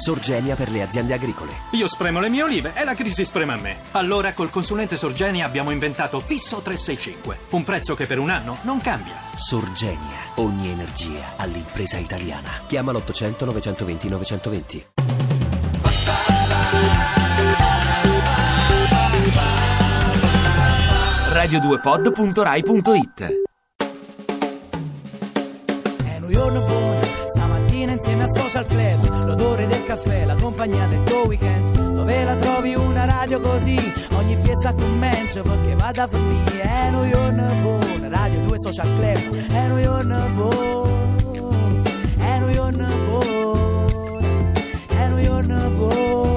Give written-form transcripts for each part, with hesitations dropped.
Sorgenia per le aziende agricole. Io spremo le mie olive e la crisi sprema me. Allora col consulente Sorgenia abbiamo inventato Fisso 365, un prezzo che per un anno non cambia. Sorgenia, ogni energia all'impresa italiana. Chiama l'800 920 920. radio2pod.rai.it. È un giorno buono, stamattina insieme al Social Club, l'odore del caffè, la compagnia del tuo weekend. Dove la trovi una radio così? Ogni piazza commencio perché vada a finire. È un giorno buono, Radio 2 Social Club. È un giorno buono, è un giorno buono, è un giorno buono.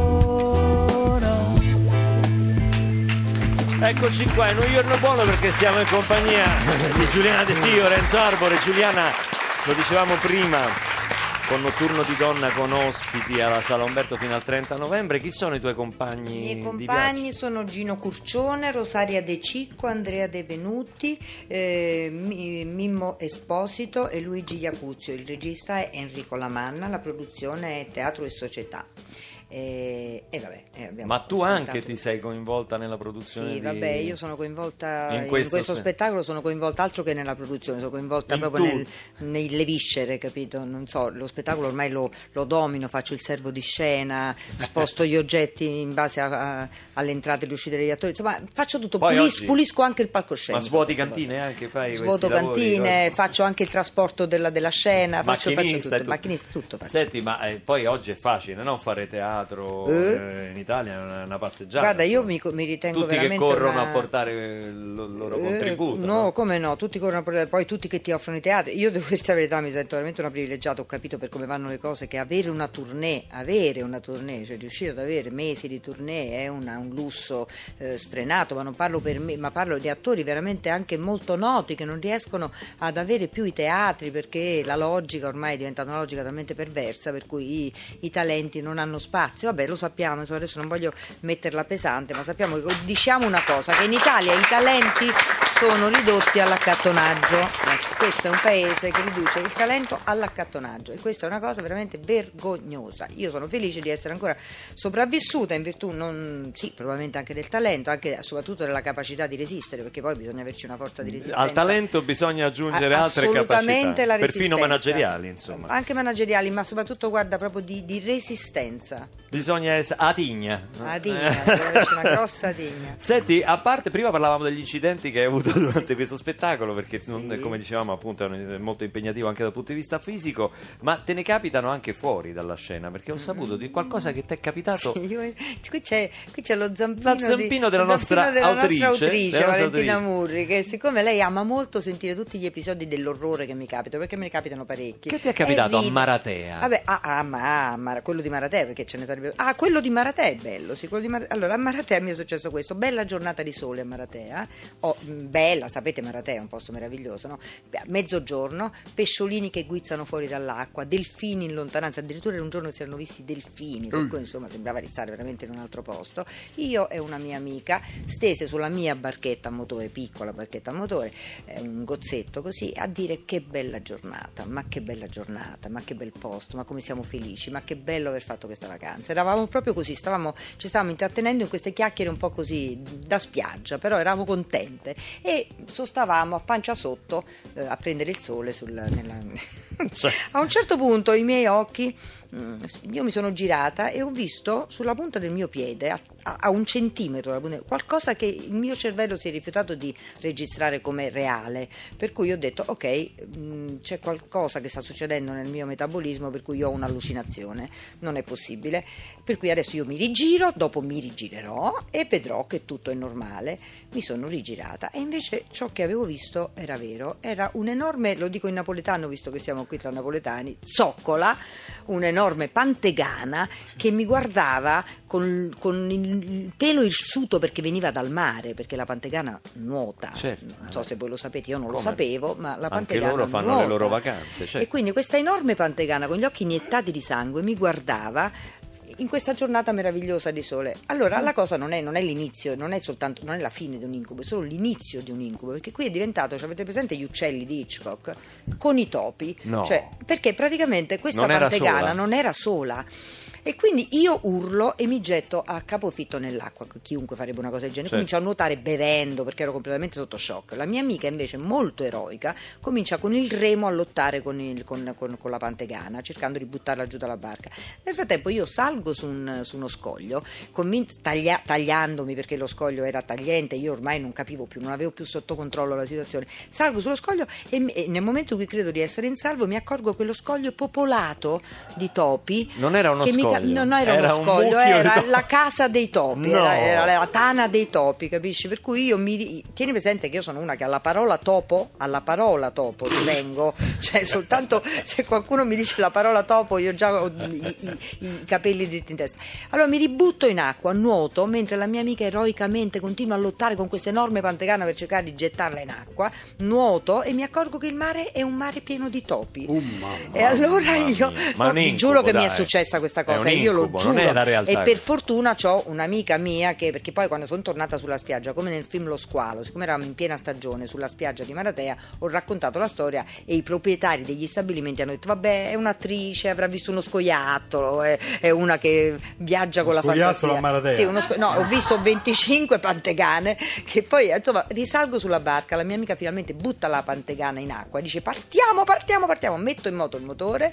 Eccoci qua, in un giorno buono perché siamo in compagnia di Giuliana De Sio, Renzo Arbore. Giuliana, lo dicevamo prima, con Notturno di Donna con ospiti alla Sala Umberto fino al 30 novembre. Chi sono i tuoi compagni? I miei compagni sono Gino Curcione, Rosaria De Cicco, Andrea De Venuti, Mimmo Esposito e Luigi Iacuzio. Il regista è Enrico Lamanna, la produzione è Teatro e Società. Ma tu anche ti sei coinvolta nella produzione? Sì, vabbè, io sono coinvolta in questo spettacolo, sono coinvolta altro che nella produzione, sono coinvolta proprio nelle viscere, capito? Non so, lo spettacolo ormai lo domino, faccio il servo di scena, sposto gli oggetti in base alle entrate e le uscite degli attori, insomma faccio tutto, pulisco anche il palcoscenico. Ma svuoti cantine anche? Svuoto cantine, faccio anche il trasporto della scena, faccio tutto, macchinista, tutto faccio. Senti, ma poi oggi è facile, no? Fare teatro in Italia è una passeggiata. Guarda, io mi ritengo tutti veramente che corrono a portare il loro contributo. No, come no, tutti corrono a portare, poi tutti che ti offrono i teatri. Io devo dire la verità, mi sento veramente una privilegiata, ho capito per come vanno le cose, che avere una tournée, cioè riuscire ad avere mesi di tournée è un lusso sfrenato, ma non parlo per me, ma parlo di attori veramente anche molto noti che non riescono ad avere più i teatri perché la logica ormai è diventata una logica talmente perversa per cui i talenti non hanno spazio. Vabbè, lo sappiamo, adesso non voglio metterla pesante, ma sappiamo che diciamo una cosa, che in Italia i talenti sono ridotti all'accattonaggio. Questo è un paese che riduce il talento all'accattonaggio e questa è una cosa veramente vergognosa. Io sono felice di essere ancora sopravvissuta in virtù probabilmente anche del talento, anche soprattutto della capacità di resistere, perché poi bisogna averci una forza di resistenza. Al talento bisogna aggiungere altre capacità, la perfino manageriali, insomma. Anche manageriali, ma soprattutto guarda proprio di resistenza. Bisogna essere atigna. Deve averci una grossa tigna. Senti, a parte, prima parlavamo degli incidenti che hai avuto durante questo spettacolo, perché come dicevamo appunto è molto impegnativo anche dal punto di vista fisico, ma te ne capitano anche fuori dalla scena, perché ho saputo di qualcosa che ti è capitato. Qui c'è lo zampino della nostra autrice Valentina Murri, che siccome lei ama molto sentire tutti gli episodi dell'orrore che mi capitano, perché me ne capitano parecchi. Che ti è capitato a Maratea? Vabbè, quello di Maratea, perché ce ne sarebbe. Quello di Maratea è bello, sì, allora a Maratea mi è successo questo, bella giornata di sole a Maratea, bella, sapete Maratea è un posto meraviglioso, no? Mezzogiorno, pesciolini che guizzano fuori dall'acqua, delfini in lontananza, addirittura un giorno si erano visti delfini, per cui insomma sembrava di stare veramente in un altro posto. Io e una mia amica stese sulla mia barchetta a motore, piccola barchetta a motore, un gozzetto così, a dire che bella giornata, ma che bella giornata, ma che bel posto, ma come siamo felici, ma che bello aver fatto questa vacanza. Eravamo proprio così, ci stavamo intrattenendo in queste chiacchiere un po' così da spiaggia, però eravamo contente e sostavamo a pancia sotto a prendere il sole a un certo punto i miei occhi, io mi sono girata e ho visto sulla punta del mio piede a 1 centimetro qualcosa che il mio cervello si è rifiutato di registrare come reale, per cui ho detto ok, c'è qualcosa che sta succedendo nel mio metabolismo per cui io ho un'allucinazione, non è possibile, per cui adesso io mi rigiro, dopo mi rigirerò e vedrò che tutto è normale. Mi sono rigirata e invece ciò che avevo visto era vero, era un enorme, lo dico in napoletano visto che siamo qui tra napoletani, zoccola, un'enorme pantegana che mi guardava con il pelo irsuto perché veniva dal mare, perché la pantegana nuota, certo. Non so se voi lo sapete, io non lo sapevo, ma la pantegana anche loro fanno nuota. Le loro vacanze, certo. E quindi questa enorme pantegana con gli occhi iniettati di sangue mi guardava in questa giornata meravigliosa di sole. Allora la cosa non è l'inizio, non è la fine di un incubo, è solo l'inizio di un incubo, perché qui è diventato, avete presente gli uccelli di Hitchcock con i topi? No. Perché praticamente questa pantegana non era sola. E quindi io urlo e mi getto a capofitto nell'acqua. Chiunque farebbe una cosa del genere. Certo. Comincio a nuotare bevendo perché ero completamente sotto shock. La mia amica invece, molto eroica, comincia con il remo a lottare con la pantegana, cercando di buttarla giù dalla barca. Nel frattempo io salgo su uno scoglio, tagliandomi perché lo scoglio era tagliente, io ormai non capivo più, non avevo più sotto controllo la situazione. Salgo sullo scoglio e nel momento in cui credo di essere in salvo mi accorgo che lo scoglio è popolato di topi. Non era uno scoglio. Non era uno un scoglio, mucchio era di topi. la casa dei topi, No. era la tana dei topi, capisci? Per cui io tieni presente che io sono una che alla parola topo ti vengo, cioè soltanto se qualcuno mi dice la parola topo io già ho i capelli dritti in testa. Allora mi ributto in acqua, nuoto, mentre la mia amica eroicamente continua a lottare con questa enorme pantegana per cercare di gettarla in acqua. Nuoto e mi accorgo che il mare è un mare pieno di topi. E allora io vi giuro che mi è successa questa cosa, È un io lo incubo, giuro. non è la realtà. E per fortuna c'ho un'amica mia perché poi quando sono tornata sulla spiaggia, come nel film Lo Squalo, siccome eravamo in piena stagione sulla spiaggia di Maratea, ho raccontato la storia e i proprietari degli stabilimenti hanno detto vabbè, è un'attrice, avrà visto uno scoiattolo, è una che viaggia con la fantasia. A Maratea. Sì, ho visto 25 pantegane che poi insomma risalgo sulla barca, la mia amica finalmente butta la pantegana in acqua e dice partiamo, metto in moto il motore.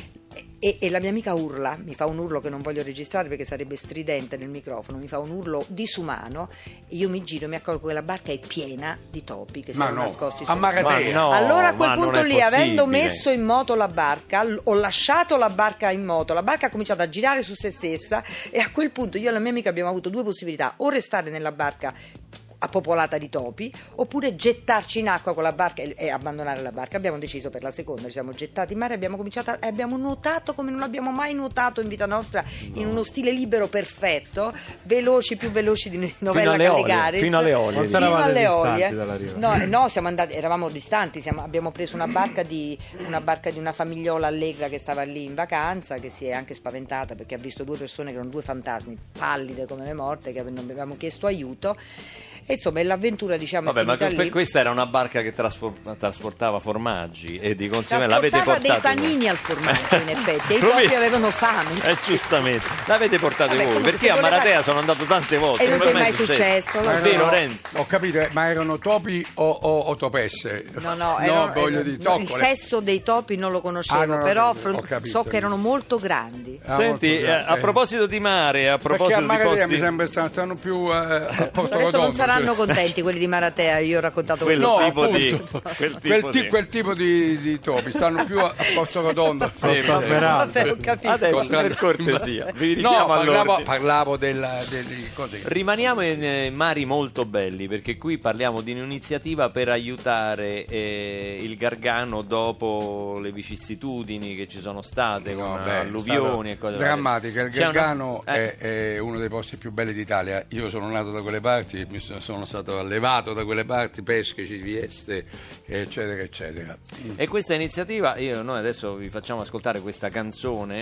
E la mia amica urla, mi fa un urlo che non voglio registrare perché sarebbe stridente nel microfono, mi fa un urlo disumano, io mi giro e mi accorgo che la barca è piena di topi che si sono nascosti a Maratea. No, allora a quel ma non punto è lì, avendo possibile. messo in moto la barca, ho lasciato la barca in moto, la barca ha cominciato a girare su se stessa e a quel punto io e la mia amica abbiamo avuto 2 possibilità: o restare nella barca popolata di topi oppure gettarci in acqua con la barca e abbandonare la barca. Abbiamo deciso per la seconda, ci siamo gettati in mare, abbiamo nuotato come non abbiamo mai nuotato in vita nostra, in uno stile libero perfetto, più veloci di novella Caligaris, fino alle olie. Quanto fino eravate alle distanti olie. dalla riva? No, siamo andati, eravamo distanti, abbiamo preso una barca di una famigliola allegra che stava lì in vacanza, che si è anche spaventata perché ha visto 2 persone che erano 2 fantasmi pallide come le morte, che non avevamo chiesto aiuto. E insomma l'avventura è Vabbè, ma finita lì. per questa era una barca che trasportava formaggi e di conseguenza l'avete Trasportava portato dei panini al formaggio in effetti e i Come- topi avevano fame. giustamente l'avete portato Vabbè, voi, comunque, perché se a voleva- Maratea sono andato tante volte. E non come ti è mai è successo, lo Sì, so. Lorenzo. Ho capito, ma erano topi o topesse? Voglio dire, il zoccole. sesso dei topi non lo conoscevo, no, però ho capito. so che erano molto grandi. Senti, molto grande. a proposito di mare, a Perché proposito a di Maratea posti, mi sembra stanno più a Porto Adesso Rotondo. non saranno contenti quelli di Maratea, io ho raccontato Quello questo. tipo di- appunto. quel Quel tipo di topi stanno più a Porto Rotondo. Sì, Sto sperando. Vabbè, ho capito. Adesso per cortesia vi richiamo all'ordine. parlavo di cose. Rimaniamo in mari molto belli, perché qui parliamo di un'iniziativa per aiutare il Gargano dopo le vicissitudini che ci sono state con alluvioni e cose drammatica. Il C'è una- Gargano è uno dei posti più belli d'Italia. Io sono nato da quelle parti, sono stato allevato da quelle parti, pesche, civieste, eccetera eccetera. E questa iniziativa, noi adesso vi facciamo ascoltare questa canzone,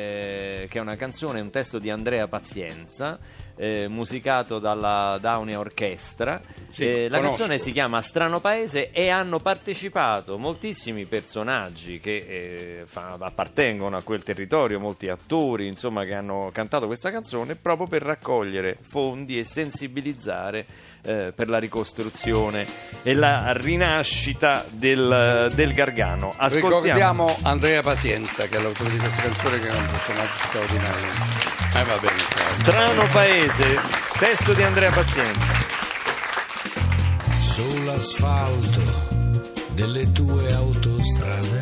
che è una canzone, un testo di Andrea Pazienza, musicato dalla Daunia Orchestra. Sì, La conosco. canzone si chiama Strano Paese e hanno partecipato moltissimi personaggi che appartengono a quel territorio, molti attori, insomma, che hanno cantato questa canzone proprio per raccogliere fondi e sensibilizzare per la ricostruzione e la rinascita del Gargano. Ascoltiamo. Ricordiamo Andrea Pazienza, che è l'autore di questa canzone, che è un personaggio straordinario. Va bene, ciao. Strano Paese, testo di Andrea Pazienza. Sull'asfalto delle tue autostrade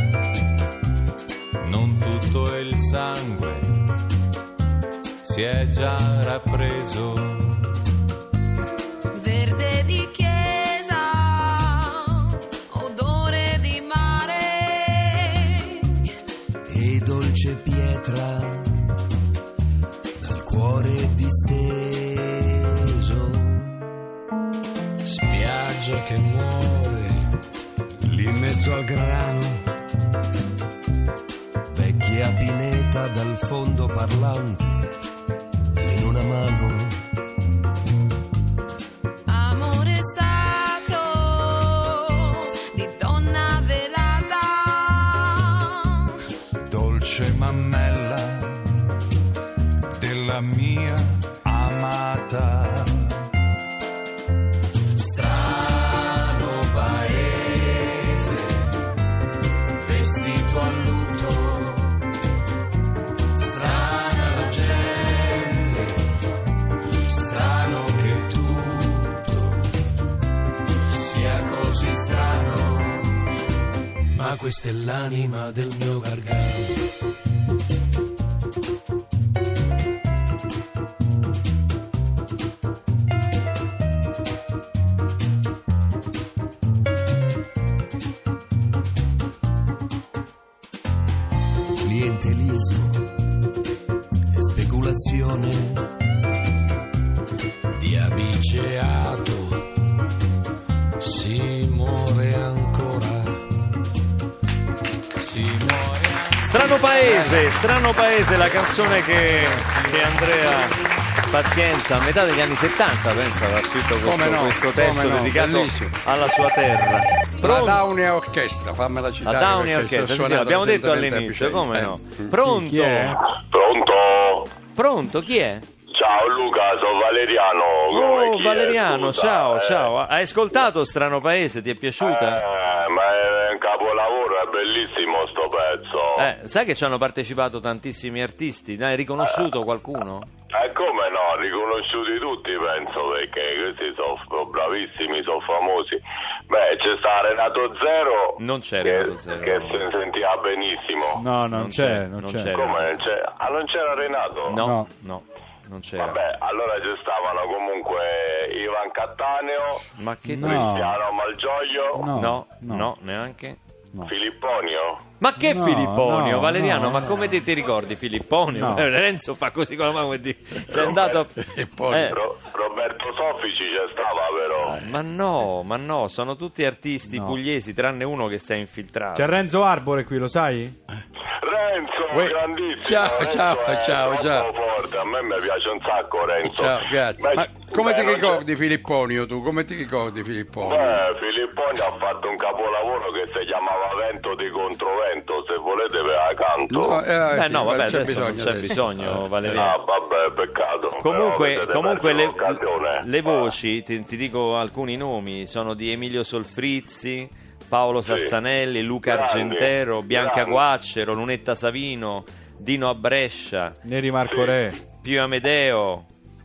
non tutto il sangue si è già rappreso. Verde di chiesa, odore di mare E dolce pietra dal cuore disteso, spiaggia che muore lì in mezzo al grano, vecchia pineta dal fondo parlante in una mano. amore sacro di donna velata, Dolce mammella cara mia amata. Strano paese, vestito a lutto, strana la gente, strano che tutto sia così strano, ma questa è l'anima del mio Gargano. Clientelismo e speculazione di abbiceato, si muore ancora, si muore ancora. Strano paese, la canzone che Andrea Pazienza a metà degli anni 70 pensa aveva scritto questo testo dedicato bellissimo. alla sua terra. La Downia Orchestra, fammela citare. La Downia perché Orchestra, ci ho sì, suonato l'abbiamo detto recentemente all'inizio, a come no? Piceno. Pronto? Chi è? Pronto? Pronto, chi è? Ciao Luca, sono Valeriano. Come Oh, chi è? Valeriano, Scusa, ciao. Hai ascoltato Strano Paese? Ti è piaciuta? Ma è un capolavoro, è bellissimo sto pezzo. Sai che ci hanno partecipato tantissimi artisti? Ne hai riconosciuto qualcuno? Come no, riconosciuti tutti penso, perché questi sono bravissimi, sono famosi. Beh, c'è sta Renato Zero. Non c'è Renato Zero. Che si sentiva benissimo. No, non c'è. Come non c'è? Ah, non c'era Renato? No, non c'era. Vabbè, allora ci stavano comunque Ivan Cattaneo, Ma che Cristiano Malgioglio, No, neanche. Filipponio. Ma che No, Filipponio, no, Valeriano? no, ma no. come ti ricordi Filipponio? No. Renzo fa così con la mano e dice sei andato E poi Roberto Soffici c'è stava però. Ma no, sono tutti artisti pugliesi tranne uno che si è infiltrato. C'è Renzo Arbore qui, lo sai? Renzo, Uè, grandissimo. ciao, Renzo ciao, è ciao, troppo ciao. forte. A me mi piace un sacco Renzo. ciao, grazie. Ma come ti non c'è- ricordi Filipponio tu? Come ti ricordi Filipponio? Filipponi ha fatto un capolavoro che si chiamava Vento di Controvento, se volete ve la canto. Beh, sì, no, vabbè, non c'è adesso non bisogno c'è adesso. bisogno, Valeriano. Ah, vabbè, peccato. Comunque Però avete perso le l'occasione. voci, ti dico alcuni nomi, sono di Emilio Solfrizzi, Paolo Sassanelli, Luca Grandi, Argentero, Bianca grandi. Guaccero, Lunetta Savino, Dino Brescia, Neri Marco Re. Pio Amedeo.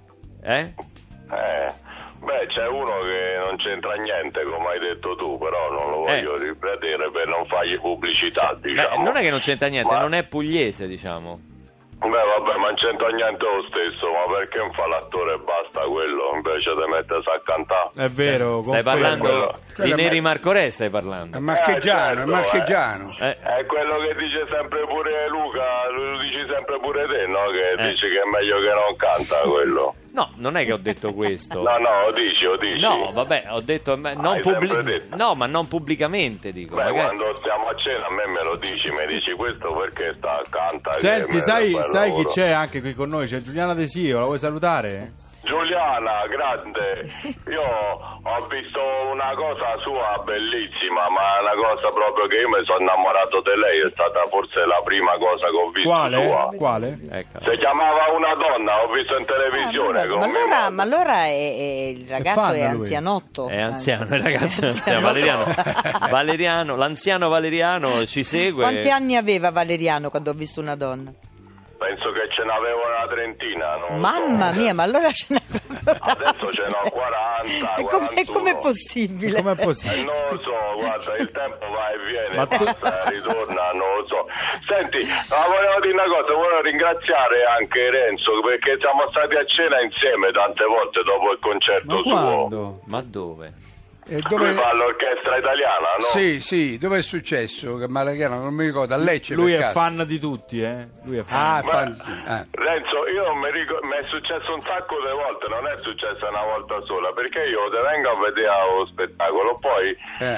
Beh, c'è uno che non c'entra niente, come hai detto tu, però non lo voglio ripetere per non fargli pubblicità, diciamo. Beh, non è che non c'entra niente, Ma- non è pugliese, diciamo. Beh, vabbè, ma non c'entra niente lo stesso, ma perché non fa l'attore e basta quello, invece di mettersi a cantare? È vero, Stai confermo. parlando di quello è Neri Marco Re, stai È parlando. marchigiano, è certo, marchigiano. È quello che dice sempre pure Luca, lo dici sempre pure te, no? Che dici che è meglio che non canta quello. No, non è che ho detto questo. No, lo dici. No, vabbè, ho detto non sempre detto. no, ma non pubblicamente, dico. Beh, magari- quando stiamo a cena a me lo dici, mi dici questo perché sta a cantare. Senti, sai chi c'è anche qui con noi? C'è Giuliana Desio, la vuoi salutare? Giuliana, grande, io ho visto una cosa sua bellissima, ma una cosa proprio che io mi sono innamorato di lei, è stata forse la prima cosa che ho visto sua. Quale? Ecco. Si chiamava Una donna, ho visto in televisione. Ma allora è il ragazzo è fanno lui? anzianotto. È anziano, il ragazzo è anziano. Anzianotto. Valeriano, l'anziano Valeriano ci segue. Quanti anni aveva Valeriano quando ho visto una donna? Penso che ce n'avevo una trentina, non lo Mamma so. mia, ma allora ce n'aveva Adesso ce n'ho 40, E 41. com'è possibile? Com'è possibile? Non lo so, guarda, il tempo va e viene, Ma tu- passa, ritorna, non lo so. Senti, ma volevo dire una cosa, volevo ringraziare anche Renzo, perché siamo stati a cena insieme tante volte dopo il concerto Ma suo. quando? Ma dove? E Lui dove... fa l'orchestra italiana, no? Sì, dove è successo? Che Malagano, non mi ricordo, a Lecce Lui per è caso. fan di tutti, Lui è fan. Ah, fan, sì. Renzo, io non mi ricordo, mi è successo un sacco di volte, non è successo una volta sola, perché io te vengo a vedere lo spettacolo, poi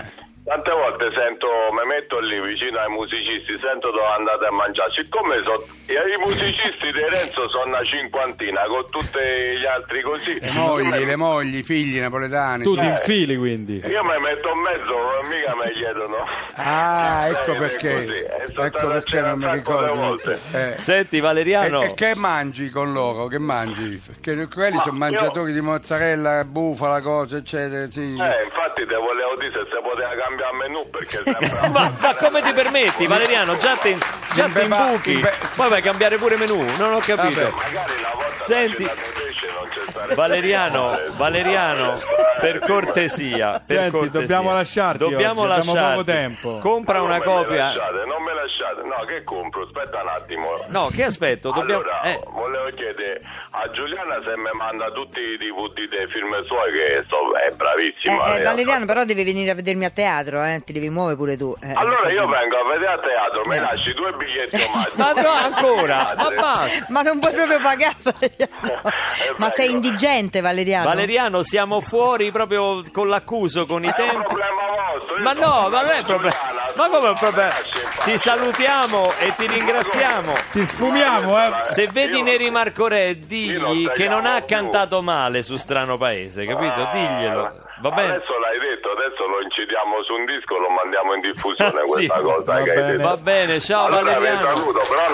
tante volte mi metto lì vicino ai musicisti, sento dove andate a mangiare. Siccome i musicisti di Renzo sono una cinquantina, con tutti gli altri così. Le mogli, i figli napoletani. Tu ti infili quindi. Io mi metto in mezzo, mica mi chiedono. Ah, ecco perché. Ecco perché non mi ricordo. Senti Valeriano. E che mangi con loro? Che mangi? Perché quelli sono mangiatori di mozzarella, bufala, cose, eccetera. Sì. Infatti te volevo dire se poteva cambiare il menù perché sembra... ma come ti permetti, Valeriano? Già ti imbuchi. Poi vai a cambiare pure menù, non ho capito. Magari la volta Senti, non c'è stare. Valeriano, per cortesia, dobbiamo lasciarti. Dobbiamo oggi, lasciarti. Abbiamo poco tempo. Compra una copia. Non me lasciate. No, che compro? Aspetta un attimo. No, che aspetto? Dobbiamo... Allora, volevo chiedere a Giuliana se mi manda tutti i DVD dei film suoi che è bravissima. Valeriano, però devi venire a vedermi a teatro, ti devi muovere pure tu. Allora io vengo a vedere a teatro, mi lasci 2 biglietti omaggio. Ma no, ancora? Ma basta. Ma non puoi proprio pagare, Valeriano. Ma sei indigente, Valeriano? Valeriano, siamo fuori proprio con l'accuso, con i tempi. È un problema vostro. Ma no, ma non è un problema. Ma come un problema? Ti salutiamo e ti ringraziamo. Ti sfumiamo, Se vedi Neri Marco Re, digli che non ha cantato male su Strano Paese, capito? Diglielo. Va bene? Adesso l'hai detto, adesso lo incidiamo su un disco, lo mandiamo in diffusione questa cosa che hai detto. Va bene, ciao allora, Valeriano. Saluto, però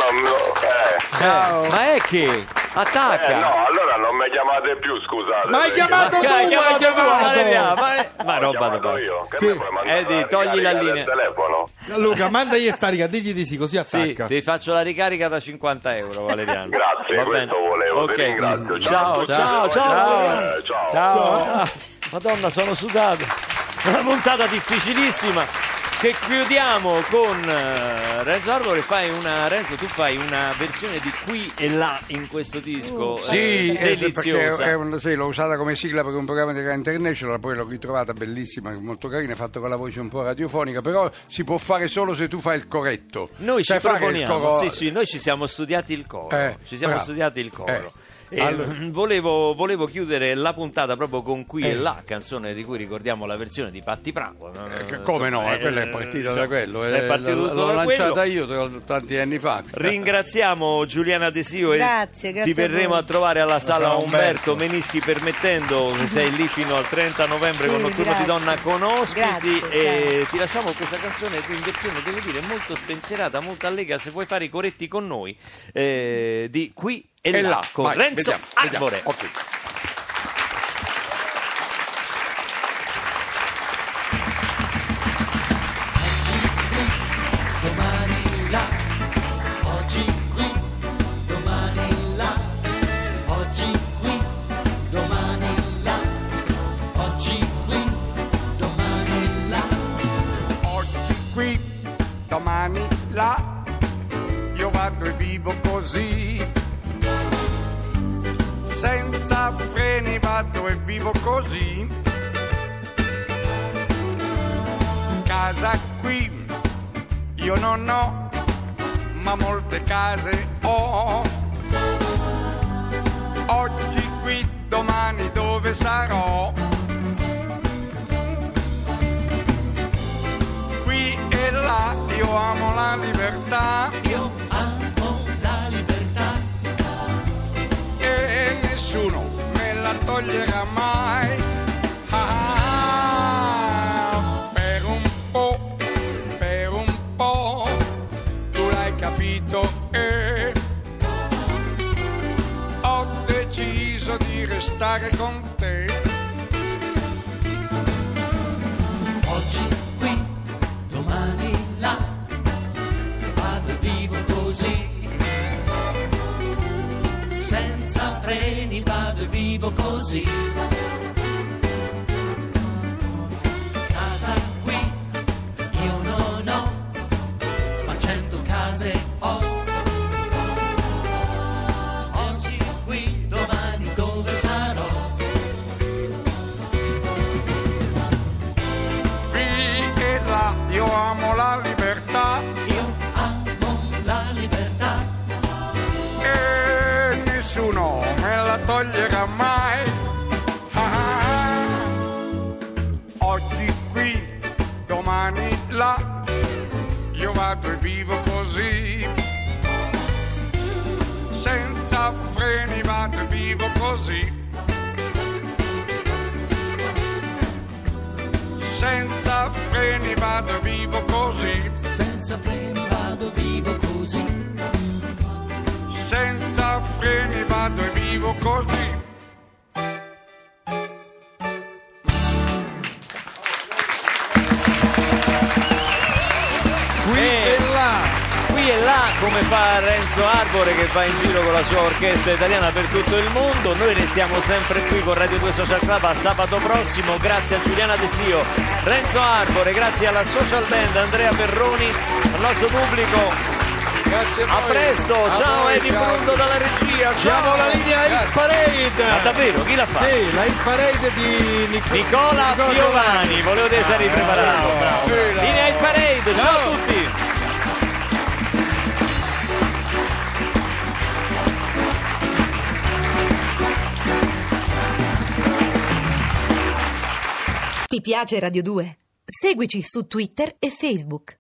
Ciao. Ma è che? Attacca. No, allora non mi chiamate più, scusate. Ma hai chiamato tu, hai chiamato. Valeriano, ma roba da fare. Io. Che sì. mi puoi mandare togli la linea. del telefono? Luca, mandagli sta riga, digli di sì, così attacca. Sì, ti faccio la ricarica da 50 euro, Valeriano. Grazie, Va questo bene. volevo, Ok. ti ringrazio. Ciao. Ciao. Madonna, sono sudato. Una puntata difficilissima che chiudiamo con Renzo Arbore. Renzo, tu fai una versione di Qui e Là in questo disco. Sì, deliziosa. perché l'ho usata come sigla per un programma di Rai International, poi l'ho ritrovata bellissima, molto carina, fatta con la voce un po' radiofonica, però si può fare solo se tu fai il corretto. Noi ci proponiamo, coro... sì, noi ci siamo studiati il coro. Allora. Volevo chiudere la puntata proprio con Qui e Là, canzone di cui ricordiamo la versione di Patti Bravo. Come no? Quella è partita da quello. L'ho lanciata io tanti anni fa. Ringraziamo Giuliana Desio grazie ti verremo a trovare alla Sala Umberto, Menischi permettendo. Sei lì fino al 30 novembre con Notturno di Donna con ospiti. E ti lasciamo questa canzone in versione, devo dire, molto spensierata, molto allegra. Se vuoi fare i coretti con noi, di Qui e Là con vai, Renzo Arbore. Okay. Domani là, oggi qui, domani là, oggi qui, domani là, oggi qui, domani là. Oggi qui, domani là, io vado e vivo così. Senza freni vado e vivo così. Casa qui io non ho, ma molte case ho. Oggi qui, domani dove sarò? Qui e là io amo la libertà. Io amo la libertà. E nessuno me la toglierà mai. Per un po', tu l'hai capito e ho deciso di restare con te. Oggi qui, domani là, vado e vivo così. Senza freni vado e vivo così. Casa qui io non ho, ma 100 case ho. Oggi qui, domani dove sarò? Qui e là io amo la libertà. Io amo la libertà. E nessuno me la toglierà mai. Oggi qui, domani là, io vado e vivo così, senza freni vado e vivo così, senza freni vado e vivo così, senza freni vado vivo così, senza freni vado e vivo così. Qui e là, come fa Renzo Arbore che va in giro con la sua orchestra italiana per tutto il mondo. Noi restiamo sempre qui con Radio 2 Social Club a sabato prossimo. Grazie a Giuliana De Sio, Renzo Arbore, grazie alla Social Band Andrea Perroni, al nostro pubblico. Grazie A presto, ciao voi, Eddie ciao. Brundo dalla regia. Siamo la linea Hit Parade. Ma davvero, chi l'ha fatta? Sì, la Hit Parade di Nicola Piovani, volevo dire se eri preparato. bravo. Linea Hit Parade, ciao a tutti. Ti piace Radio 2? Seguici su Twitter e Facebook.